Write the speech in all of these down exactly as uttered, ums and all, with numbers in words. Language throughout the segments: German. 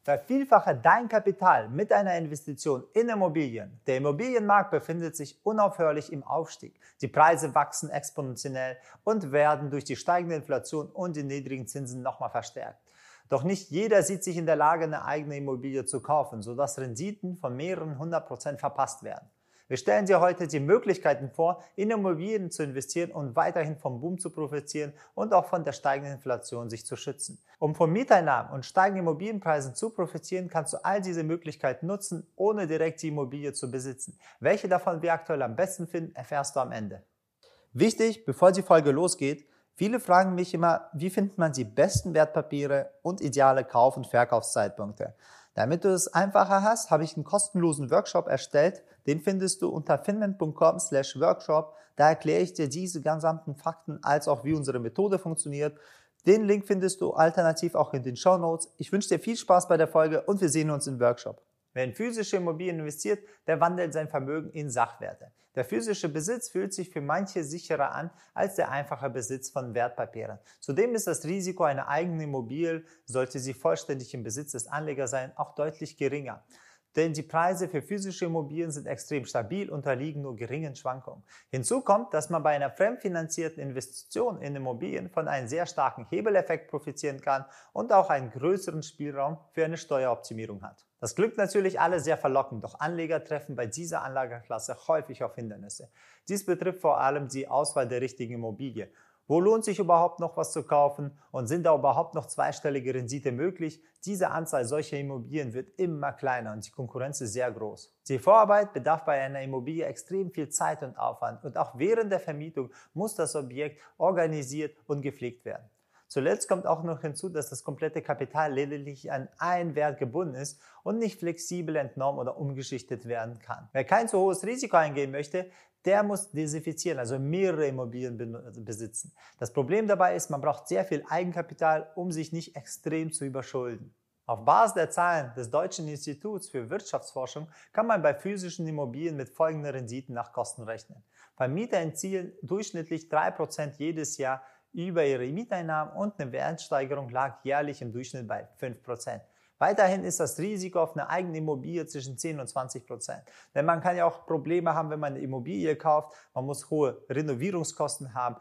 Vervielfache dein Kapital mit einer Investition in Immobilien. Der Immobilienmarkt befindet sich unaufhörlich im Aufstieg. Die Preise wachsen exponentiell und werden durch die steigende Inflation und die niedrigen Zinsen nochmal verstärkt. Doch nicht jeder sieht sich in der Lage, eine eigene Immobilie zu kaufen, sodass Renditen von mehreren hundert Prozent verpasst werden. Wir stellen dir heute die Möglichkeiten vor, in Immobilien zu investieren und weiterhin vom Boom zu profitieren und auch von der steigenden Inflation sich zu schützen. Um von Mieteinnahmen und steigenden Immobilienpreisen zu profitieren, kannst du all diese Möglichkeiten nutzen, ohne direkt die Immobilie zu besitzen. Welche davon wir aktuell am besten finden, erfährst du am Ende. Wichtig, bevor die Folge losgeht: Viele fragen mich immer, wie findet man die besten Wertpapiere und ideale Kauf- und Verkaufszeitpunkte. Damit du es einfacher hast, habe ich einen kostenlosen Workshop erstellt. Den findest du unter finment punkt com slash workshop. Da erkläre ich dir diese gesamten Fakten als auch wie unsere Methode funktioniert. Den Link findest du alternativ auch in den Shownotes. Ich wünsche dir viel Spaß bei der Folge und wir sehen uns im Workshop. Wer in physische Immobilien investiert, der wandelt sein Vermögen in Sachwerte. Der physische Besitz fühlt sich für manche sicherer an als der einfache Besitz von Wertpapieren. Zudem ist das Risiko einer eigenen Immobilie, sollte sie vollständig im Besitz des Anlegers sein, auch deutlich geringer. Denn die Preise für physische Immobilien sind extrem stabil und unterliegen nur geringen Schwankungen. Hinzu kommt, dass man bei einer fremdfinanzierten Investition in Immobilien von einem sehr starken Hebeleffekt profitieren kann und auch einen größeren Spielraum für eine Steueroptimierung hat. Das klingt natürlich alles sehr verlockend, doch Anleger treffen bei dieser Anlageklasse häufig auf Hindernisse. Dies betrifft vor allem die Auswahl der richtigen Immobilie. Wo lohnt sich überhaupt noch was zu kaufen und sind da überhaupt noch zweistellige Rendite möglich? Diese Anzahl solcher Immobilien wird immer kleiner und die Konkurrenz ist sehr groß. Die Vorarbeit bedarf bei einer Immobilie extrem viel Zeit und Aufwand und auch während der Vermietung muss das Objekt organisiert und gepflegt werden. Zuletzt kommt auch noch hinzu, dass das komplette Kapital lediglich an einen Wert gebunden ist und nicht flexibel entnommen oder umgeschichtet werden kann. Wer kein zu hohes Risiko eingehen möchte, der muss diversifizieren, also mehrere Immobilien besitzen. Das Problem dabei ist, man braucht sehr viel Eigenkapital, um sich nicht extrem zu überschulden. Auf Basis der Zahlen des Deutschen Instituts für Wirtschaftsforschung kann man bei physischen Immobilien mit folgenden Renditen nach Kosten rechnen. Vermieter erzielen durchschnittlich drei Prozent jedes Jahr über ihre Mieteinnahmen und eine Wertsteigerung lag jährlich im Durchschnitt bei fünf Prozent. Weiterhin ist das Risiko auf eine eigene Immobilie zwischen zehn und zwanzig Prozent. Denn man kann ja auch Probleme haben, wenn man eine Immobilie kauft. Man muss hohe Renovierungskosten haben.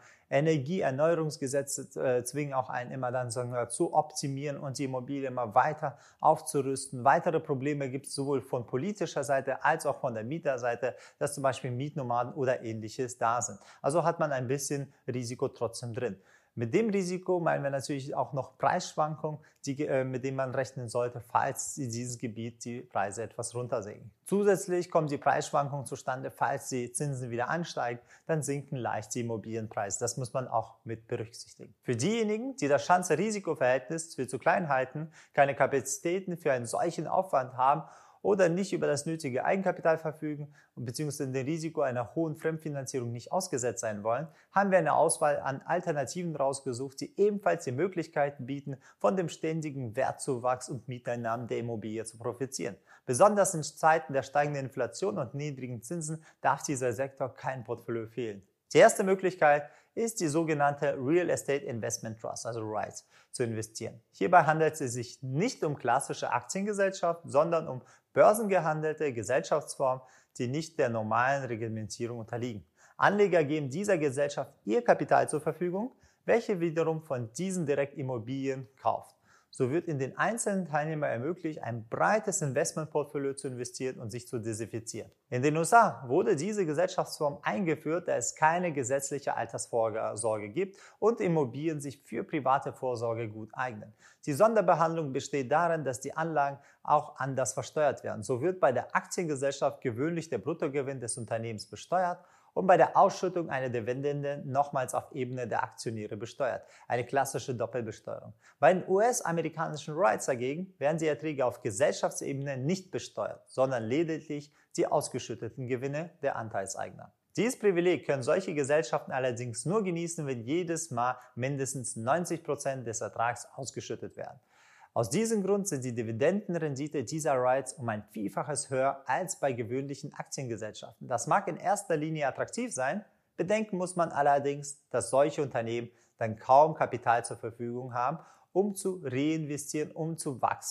Energieerneuerungsgesetze äh, zwingen auch einen immer dann sagen wir, zu optimieren und die Immobilie immer weiter aufzurüsten. Weitere Probleme gibt es sowohl von politischer Seite als auch von der Mieterseite, dass zum Beispiel Mietnomaden oder ähnliches da sind. Also hat man ein bisschen Risiko trotzdem drin. Mit dem Risiko meinen wir natürlich auch noch Preisschwankungen, die, äh, mit denen man rechnen sollte, falls in diesem Gebiet die Preise etwas runtersinken. Zusätzlich kommen die Preisschwankungen zustande, falls die Zinsen wieder ansteigen, dann sinken leicht die Immobilienpreise. Das muss man auch mit berücksichtigen. Für diejenigen, die das Chance-Risiko-Verhältnis für zu klein halten, keine Kapazitäten für einen solchen Aufwand haben oder nicht über das nötige Eigenkapital verfügen bzw. dem Risiko einer hohen Fremdfinanzierung nicht ausgesetzt sein wollen, haben wir eine Auswahl an Alternativen rausgesucht, die ebenfalls die Möglichkeiten bieten, von dem ständigen Wertzuwachs und Mieteinnahmen der Immobilie zu profitieren. Besonders in Zeiten der steigenden Inflation und niedrigen Zinsen darf dieser Sektor kein Portfolio fehlen. Die erste Möglichkeit ist die sogenannte Real Estate Investment Trust, also R E I Ts, zu investieren. Hierbei handelt es sich nicht um klassische Aktiengesellschaften, sondern um börsengehandelte Gesellschaftsformen, die nicht der normalen Reglementierung unterliegen. Anleger geben dieser Gesellschaft ihr Kapital zur Verfügung, welche wiederum von diesen direkt Immobilien kauft. So wird in den einzelnen Teilnehmern ermöglicht, ein breites Investmentportfolio zu investieren und sich zu diversifizieren. In den U S A wurde diese Gesellschaftsform eingeführt, da es keine gesetzliche Altersvorsorge gibt und Immobilien sich für private Vorsorge gut eignen. Die Sonderbehandlung besteht darin, dass die Anlagen auch anders versteuert werden. So wird bei der Aktiengesellschaft gewöhnlich der Bruttogewinn des Unternehmens besteuert und bei der Ausschüttung einer Dividende nochmals auf Ebene der Aktionäre besteuert. Eine klassische Doppelbesteuerung. Bei den U S-amerikanischen R E I Ts dagegen werden die Erträge auf Gesellschaftsebene nicht besteuert, sondern lediglich die ausgeschütteten Gewinne der Anteilseigner. Dieses Privileg können solche Gesellschaften allerdings nur genießen, wenn jedes Mal mindestens neunzig Prozent des Ertrags ausgeschüttet werden. Aus diesem Grund sind die Dividendenrendite dieser R E I Ts um ein Vielfaches höher als bei gewöhnlichen Aktiengesellschaften. Das mag in erster Linie attraktiv sein, bedenken muss man allerdings, dass solche Unternehmen dann kaum Kapital zur Verfügung haben, um zu reinvestieren, um zu wachsen.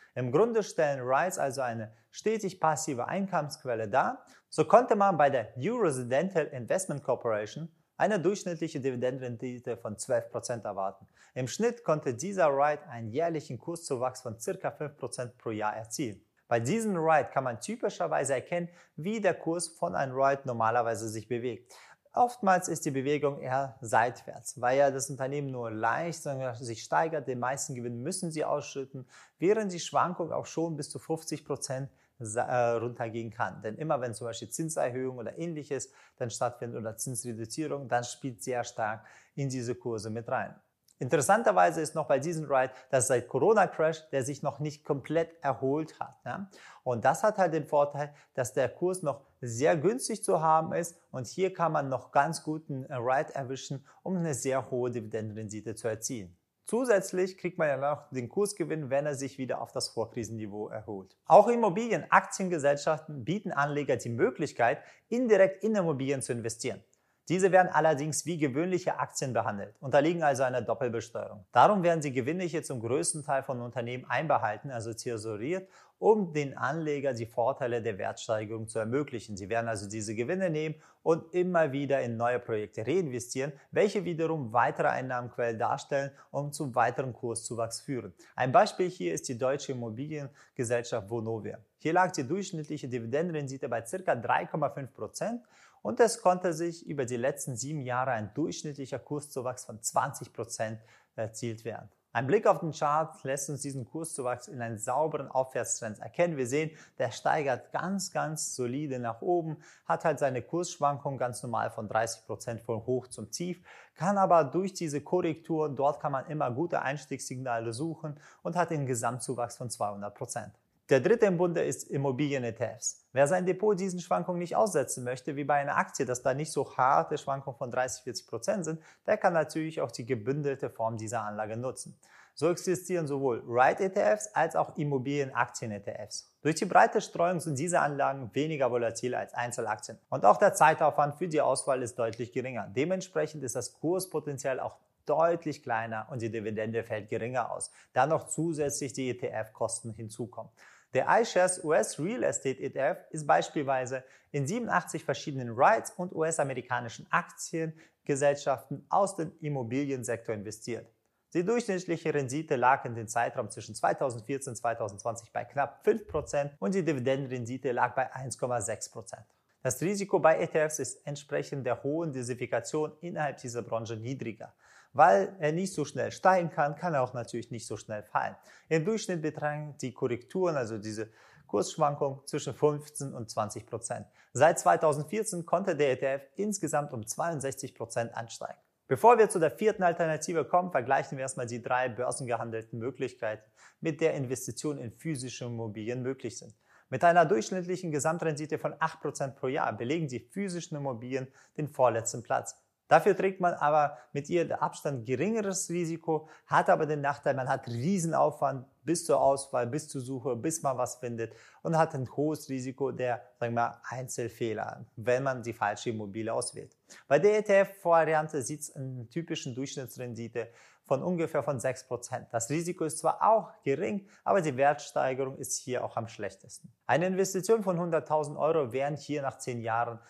Im Grunde stellen R I Ts also eine stetig passive Einkommensquelle dar. So konnte man bei der New Residential Investment Corporation eine durchschnittliche Dividendenrendite von zwölf Prozent erwarten. Im Schnitt konnte dieser R I T einen jährlichen Kurszuwachs von ca. fünf Prozent pro Jahr erzielen. Bei diesem R I T kann man typischerweise erkennen, wie der Kurs von einem R I T normalerweise sich bewegt. Oftmals ist die Bewegung eher seitwärts, weil ja das Unternehmen nur leicht sich steigert, den meisten Gewinn müssen sie ausschütten, während die Schwankung auch schon bis zu fünfzig Prozent runtergehen kann. Denn immer wenn zum Beispiel Zinserhöhung oder ähnliches dann stattfindet oder Zinsreduzierung, dann spielt sehr stark in diese Kurse mit rein. Interessanterweise ist noch bei diesem R I T, dass seit Corona-Crash der sich noch nicht komplett erholt hat. Ja? Und das hat halt den Vorteil, dass der Kurs noch sehr günstig zu haben ist und hier kann man noch ganz guten R I T erwischen, um eine sehr hohe Dividendenrendite zu erzielen. Zusätzlich kriegt man ja noch den Kursgewinn, wenn er sich wieder auf das Vorkrisenniveau erholt. Auch Immobilienaktiengesellschaften bieten Anleger die Möglichkeit, indirekt in Immobilien zu investieren. Diese werden allerdings wie gewöhnliche Aktien behandelt, unterliegen also einer Doppelbesteuerung. Darum werden die Gewinne hier zum größten Teil von Unternehmen einbehalten, also zäsuriert, um den Anleger die Vorteile der Wertsteigerung zu ermöglichen. Sie werden also diese Gewinne nehmen und immer wieder in neue Projekte reinvestieren, welche wiederum weitere Einnahmenquellen darstellen und zu weiteren Kurszuwachs führen. Ein Beispiel hier ist die deutsche Immobiliengesellschaft Vonovia. Hier lag die durchschnittliche Dividendenrendite bei ca. drei Komma fünf Prozent. Und es konnte sich über die letzten sieben Jahre ein durchschnittlicher Kurszuwachs von zwanzig Prozent erzielt werden. Ein Blick auf den Chart lässt uns diesen Kurszuwachs in einen sauberen Aufwärtstrend erkennen. Wir sehen, der steigert ganz, ganz solide nach oben, hat halt seine Kursschwankung ganz normal von dreißig Prozent von hoch zum tief, kann aber durch diese Korrektur, dort kann man immer gute Einstiegssignale suchen und hat den Gesamtzuwachs von zweihundert Prozent. Der dritte im Bunde ist Immobilien-E T Fs. Wer sein Depot diesen Schwankungen nicht aussetzen möchte, wie bei einer Aktie, dass da nicht so harte Schwankungen von dreißig, vierzig Prozent sind, der kann natürlich auch die gebündelte Form dieser Anlage nutzen. So existieren sowohl R I T-E T Fs als auch Immobilienaktien-E T Fs. Durch die breite Streuung sind diese Anlagen weniger volatil als Einzelaktien. Und auch der Zeitaufwand für die Auswahl ist deutlich geringer. Dementsprechend ist das Kurspotenzial auch deutlich kleiner und die Dividende fällt geringer aus, da noch zusätzlich die E T F-Kosten hinzukommen. Der iShares U S Real Estate E T F ist beispielsweise in siebenundachtzig verschiedenen R I Ts und U S-amerikanischen Aktiengesellschaften aus dem Immobiliensektor investiert. Die durchschnittliche Rendite lag in dem Zeitraum zwischen zweitausendvierzehn und zweitausendzwanzig bei knapp fünf Prozent und die Dividendenrendite lag bei eins Komma sechs Prozent. Das Risiko bei E T Fs ist entsprechend der hohen Diversifikation innerhalb dieser Branche niedriger. Weil er nicht so schnell steigen kann, kann er auch natürlich nicht so schnell fallen. Im Durchschnitt betragen die Korrekturen, also diese Kursschwankung, zwischen fünfzehn und zwanzig Prozent. Seit zweitausendvierzehn konnte der E T F insgesamt um zweiundsechzig Prozent ansteigen. Bevor wir zu der vierten Alternative kommen, vergleichen wir erstmal die drei börsengehandelten Möglichkeiten, mit der Investitionen in physische Immobilien möglich sind. Mit einer durchschnittlichen Gesamtrendite von acht Prozent pro Jahr belegen die physischen Immobilien den vorletzten Platz. Dafür trägt man aber mit ihr Abstand geringeres Risiko, hat aber den Nachteil, man hat Riesenaufwand bis zur Auswahl, bis zur Suche, bis man was findet und hat ein hohes Risiko der, sagen wir mal, Einzelfehler, wenn man die falsche Immobilie auswählt. Bei der E T F-Variante sieht es in typischen Durchschnittsrendite von ungefähr von sechs Prozent. Das Risiko ist zwar auch gering, aber die Wertsteigerung ist hier auch am schlechtesten. Eine Investition von hunderttausend Euro wären hier nach zehn Jahren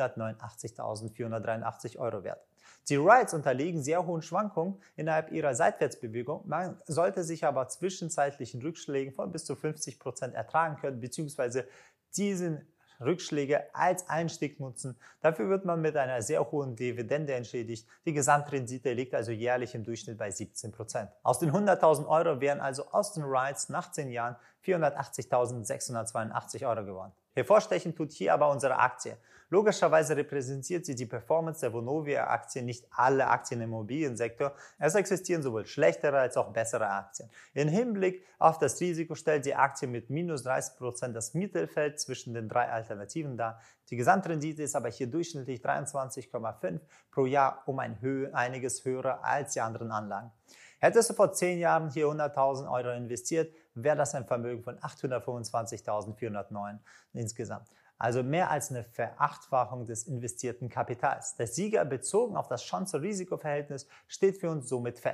hundertneunundachtzigtausendvierhundertdreiundachtzig Euro wert. Die R I Ts unterliegen sehr hohen Schwankungen innerhalb ihrer Seitwärtsbewegung. Man sollte sich aber zwischenzeitlichen Rückschlägen von bis zu fünfzig Prozent ertragen können, beziehungsweise diesen Rückschläge als Einstieg nutzen. Dafür wird man mit einer sehr hohen Dividende entschädigt. Die Gesamtrendite liegt also jährlich im Durchschnitt bei siebzehn Prozent. Aus den hunderttausend Euro wären also aus den R I Ts nach zehn Jahren vierhundertachtzigtausendsechshundertzweiundachtzig Euro geworden. Hervorstechen tut hier aber unsere Aktie. Logischerweise repräsentiert sie die Performance der Vonovia-Aktie nicht alle Aktien im Immobiliensektor. Es existieren sowohl schlechtere als auch bessere Aktien. Im Hinblick auf das Risiko stellt die Aktie mit minus dreißig Prozent das Mittelfeld zwischen den drei Alternativen dar. Die Gesamtrendite ist aber hier durchschnittlich dreiundzwanzig Komma fünf pro Jahr, um ein Höhe, einiges höher als die anderen Anlagen. Hättest du vor zehn Jahren hier hunderttausend Euro investiert, wäre das ein Vermögen von achthundertfünfundzwanzigtausendvierhundertneun insgesamt. Also mehr als eine Verachtfachung des investierten Kapitals. Der Sieger bezogen auf das Chance-Risiko-Verhältnis steht für uns somit fest.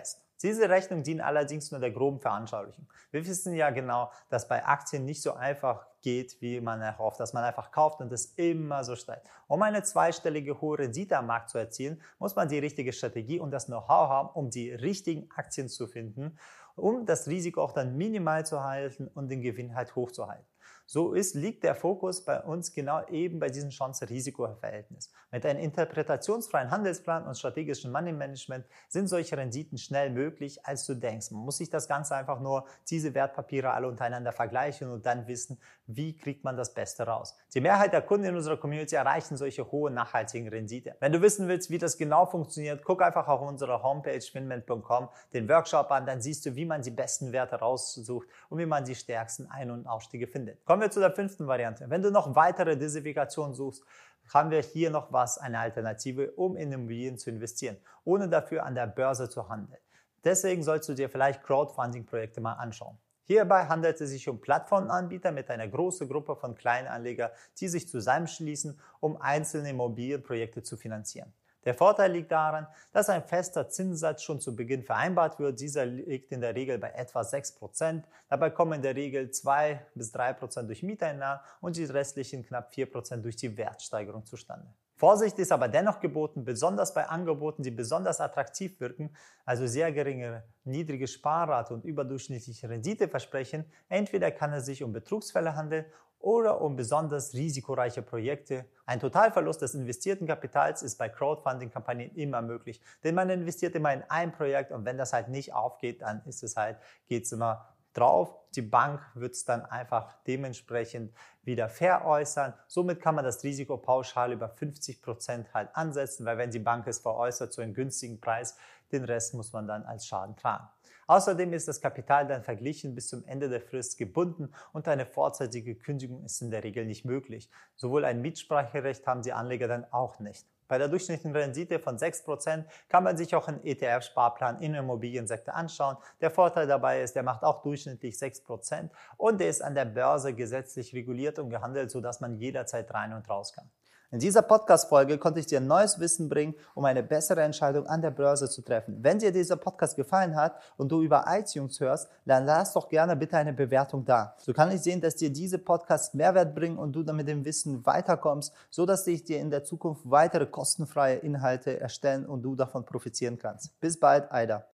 Diese Rechnungen dienen allerdings nur der groben Veranschaulichung. Wir wissen ja genau, dass bei Aktien nicht so einfach geht, wie man erhofft, dass man einfach kauft und es immer so steigt. Um eine zweistellige hohe Rendite am Markt zu erzielen, muss man die richtige Strategie und das Know-how haben, um die richtigen Aktien zu finden, um das Risiko auch dann minimal zu halten und den Gewinn halt hochzuhalten. So ist, liegt der Fokus bei uns genau eben bei diesem Chance-Risiko-Verhältnis. Mit einem interpretationsfreien Handelsplan und strategischen Money-Management sind solche Renditen schnell möglich, als du denkst. Man muss sich das Ganze einfach nur, diese Wertpapiere alle untereinander vergleichen und dann wissen, wie kriegt man das Beste raus. Die Mehrheit der Kunden in unserer Community erreichen solche hohe, nachhaltigen Rendite. Wenn du wissen willst, wie das genau funktioniert, guck einfach auf unsere Homepage finment punkt com den Workshop an, dann siehst du, wie man die besten Werte raussucht und wie man die stärksten Ein- und Ausstiege findet. Kommen wir zu der fünften Variante. Wenn du noch weitere Diversifikationen suchst, haben wir hier noch was, eine Alternative, um in Immobilien zu investieren, ohne dafür an der Börse zu handeln. Deswegen sollst du dir vielleicht Crowdfunding-Projekte mal anschauen. Hierbei handelt es sich um Plattformanbieter mit einer großen Gruppe von Kleinanlegern, die sich zusammenschließen, um einzelne Immobilienprojekte zu finanzieren. Der Vorteil liegt daran, dass ein fester Zinssatz schon zu Beginn vereinbart wird. Dieser liegt in der Regel bei etwa sechs Prozent. Dabei kommen in der Regel zwei bis drei Prozent durch Mieteinnahmen und die restlichen knapp vier Prozent durch die Wertsteigerung zustande. Vorsicht ist aber dennoch geboten, besonders bei Angeboten, die besonders attraktiv wirken, also sehr geringe, niedrige Sparrate und überdurchschnittliche Rendite versprechen. Entweder kann es sich um Betrugsfälle handeln oder um besonders risikoreiche Projekte. Ein Totalverlust des investierten Kapitals ist bei Crowdfunding-Kampagnen immer möglich, denn man investiert immer in ein Projekt und wenn das halt nicht aufgeht, dann ist es halt, geht es immer drauf. Die Bank wird es dann einfach dementsprechend wieder veräußern. Somit kann man das Risiko pauschal über fünfzig Prozent halt ansetzen, weil wenn die Bank es veräußert zu einem günstigen Preis, den Rest muss man dann als Schaden tragen. Außerdem ist das Kapital dann verglichen bis zum Ende der Frist gebunden und eine vorzeitige Kündigung ist in der Regel nicht möglich. Sowohl ein Mitspracherecht haben die Anleger dann auch nicht. Bei der durchschnittlichen Rendite von sechs Prozent kann man sich auch einen E T F-Sparplan im Immobiliensektor anschauen. Der Vorteil dabei ist, der macht auch durchschnittlich sechs Prozent und der ist an der Börse gesetzlich reguliert und gehandelt, sodass man jederzeit rein und raus kann. In dieser Podcast-Folge konnte ich dir neues Wissen bringen, um eine bessere Entscheidung an der Börse zu treffen. Wenn dir dieser Podcast gefallen hat und du über iTunes hörst, dann lass doch gerne bitte eine Bewertung da. So kann ich sehen, dass dir diese Podcasts Mehrwert bringen und du dann mit dem Wissen weiterkommst, sodass ich dir in der Zukunft weitere kostenfreie Inhalte erstellen und du davon profitieren kannst. Bis bald, Aida.